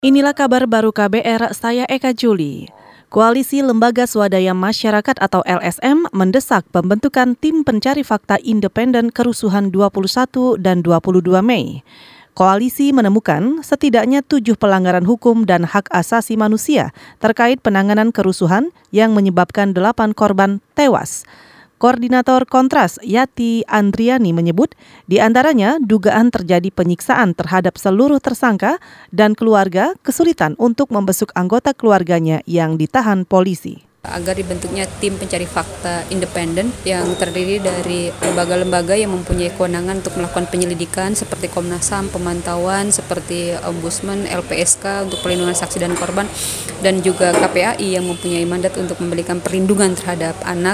Inilah kabar baru KBR, saya Eka Juli. Koalisi Lembaga Swadaya Masyarakat atau LSM mendesak pembentukan tim pencari fakta independen kerusuhan 21 dan 22 Mei. Koalisi menemukan setidaknya 7 pelanggaran hukum dan hak asasi manusia terkait penanganan kerusuhan yang menyebabkan 8 korban tewas. Koordinator Kontras Yati Andriani menyebut, di antaranya dugaan terjadi penyiksaan terhadap seluruh tersangka dan keluarga kesulitan untuk membesuk anggota keluarganya yang ditahan polisi. Agar dibentuknya tim pencari fakta independen yang terdiri dari lembaga-lembaga yang mempunyai kewenangan untuk melakukan penyelidikan seperti Komnas HAM, pemantauan seperti Ombudsman, LPSK untuk perlindungan saksi dan korban, dan juga KPAI yang mempunyai mandat untuk memberikan perlindungan terhadap anak.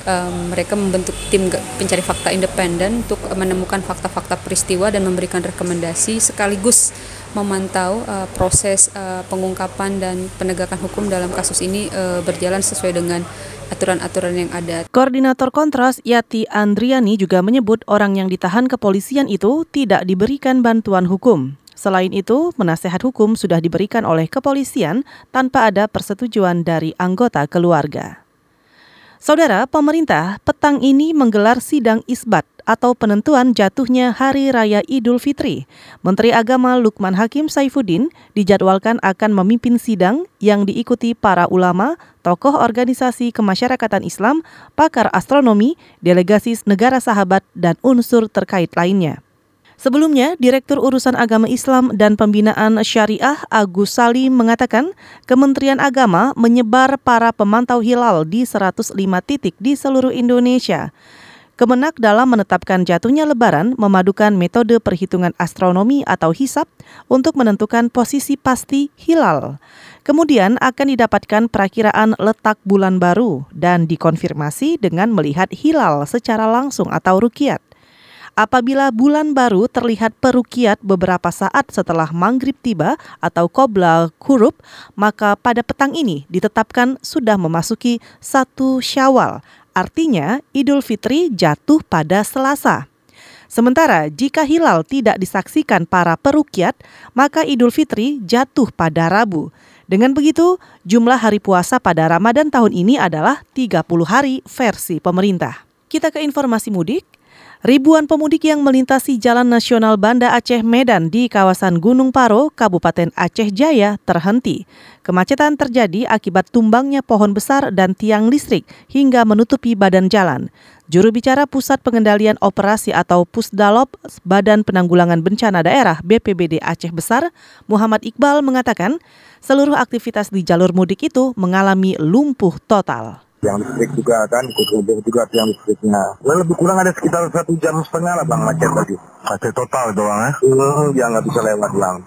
Mereka membentuk tim pencari fakta independen untuk menemukan fakta-fakta peristiwa dan memberikan rekomendasi sekaligus memantau proses pengungkapan dan penegakan hukum dalam kasus ini berjalan sesuai dengan aturan-aturan yang ada. Koordinator Kontras Yati Andriani juga menyebut orang yang ditahan kepolisian itu tidak diberikan bantuan hukum. Selain itu, penasehat hukum sudah diberikan oleh kepolisian tanpa ada persetujuan dari anggota keluarga. Saudara, pemerintah petang ini menggelar sidang isbat atau penentuan jatuhnya Hari Raya Idul Fitri. Menteri Agama Lukman Hakim Saifuddin dijadwalkan akan memimpin sidang yang diikuti para ulama, tokoh organisasi kemasyarakatan Islam, pakar astronomi, delegasi negara sahabat, dan unsur terkait lainnya. Sebelumnya, Direktur Urusan Agama Islam dan Pembinaan Syariah Agus Salim mengatakan Kementerian Agama menyebar para pemantau hilal di 105 titik di seluruh Indonesia. Kemenak dalam menetapkan jatuhnya Lebaran memadukan metode perhitungan astronomi atau hisab untuk menentukan posisi pasti hilal. Kemudian akan didapatkan perakiraan letak bulan baru dan dikonfirmasi dengan melihat hilal secara langsung atau ruqyat. Apabila bulan baru terlihat peruqyat beberapa saat setelah maghrib tiba atau qobla ghurub, maka pada petang ini ditetapkan sudah memasuki 1 Syawal. Artinya Idul Fitri jatuh pada Selasa. Sementara jika hilal tidak disaksikan para peruqyat, maka Idul Fitri jatuh pada Rabu. Dengan begitu, jumlah hari puasa pada Ramadan tahun ini adalah 30 hari versi pemerintah. Kita ke informasi mudik. Ribuan pemudik yang melintasi Jalan Nasional Banda Aceh Medan di kawasan Gunung Paro, Kabupaten Aceh Jaya terhenti. Kemacetan terjadi akibat tumbangnya pohon besar dan tiang listrik hingga menutupi badan jalan. Juru bicara Pusat Pengendalian Operasi atau Pusdalop Badan Penanggulangan Bencana Daerah BPBD Aceh Besar, Muhammad Iqbal mengatakan seluruh aktivitas di jalur mudik itu mengalami lumpuh total. Yang listrik juga kan, ikut juga yang listriknya. Lebih kurang ada sekitar 1,5 jam lah bang macet tadi. Macet total doang ya? Ya nggak bisa lewat bang.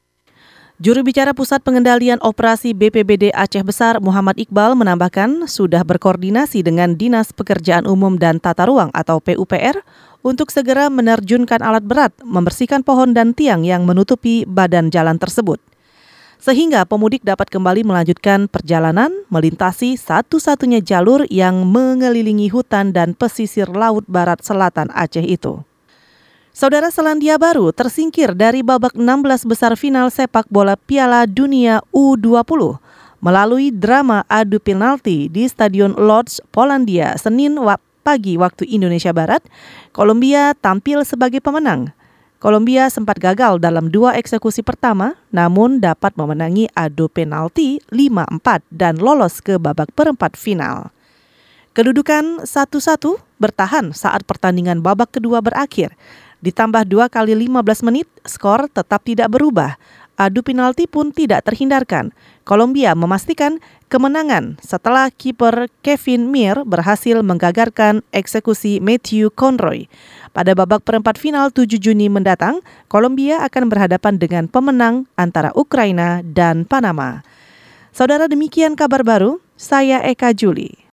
Juru bicara Pusat Pengendalian Operasi BPBD Aceh Besar Muhammad Iqbal menambahkan sudah berkoordinasi dengan Dinas Pekerjaan Umum dan Tata Ruang atau PUPR untuk segera menerjunkan alat berat membersihkan pohon dan tiang yang menutupi badan jalan tersebut. Sehingga pemudik dapat kembali melanjutkan perjalanan melintasi satu-satunya jalur yang mengelilingi hutan dan pesisir laut barat selatan Aceh itu. Saudara, Selandia Baru tersingkir dari babak 16 besar final sepak bola Piala Dunia U20 melalui drama adu penalti di Stadion Lodz, Polandia, Senin pagi waktu Indonesia Barat. Kolombia tampil sebagai pemenang. Kolombia sempat gagal dalam 2 eksekusi pertama, namun dapat memenangi adu penalti 5-4 dan lolos ke babak perempat final. Kedudukan 1-1 bertahan saat pertandingan babak kedua berakhir. Ditambah 2 kali 15 menit, skor tetap tidak berubah. Adu penalti pun tidak terhindarkan. Kolombia memastikan kemenangan setelah kiper Kevin Mir berhasil menggagalkan eksekusi Matthew Conroy. Pada babak perempat final 7 Juni mendatang, Kolombia akan berhadapan dengan pemenang antara Ukraina dan Panama. Saudara, demikian kabar baru, saya Eka Juli.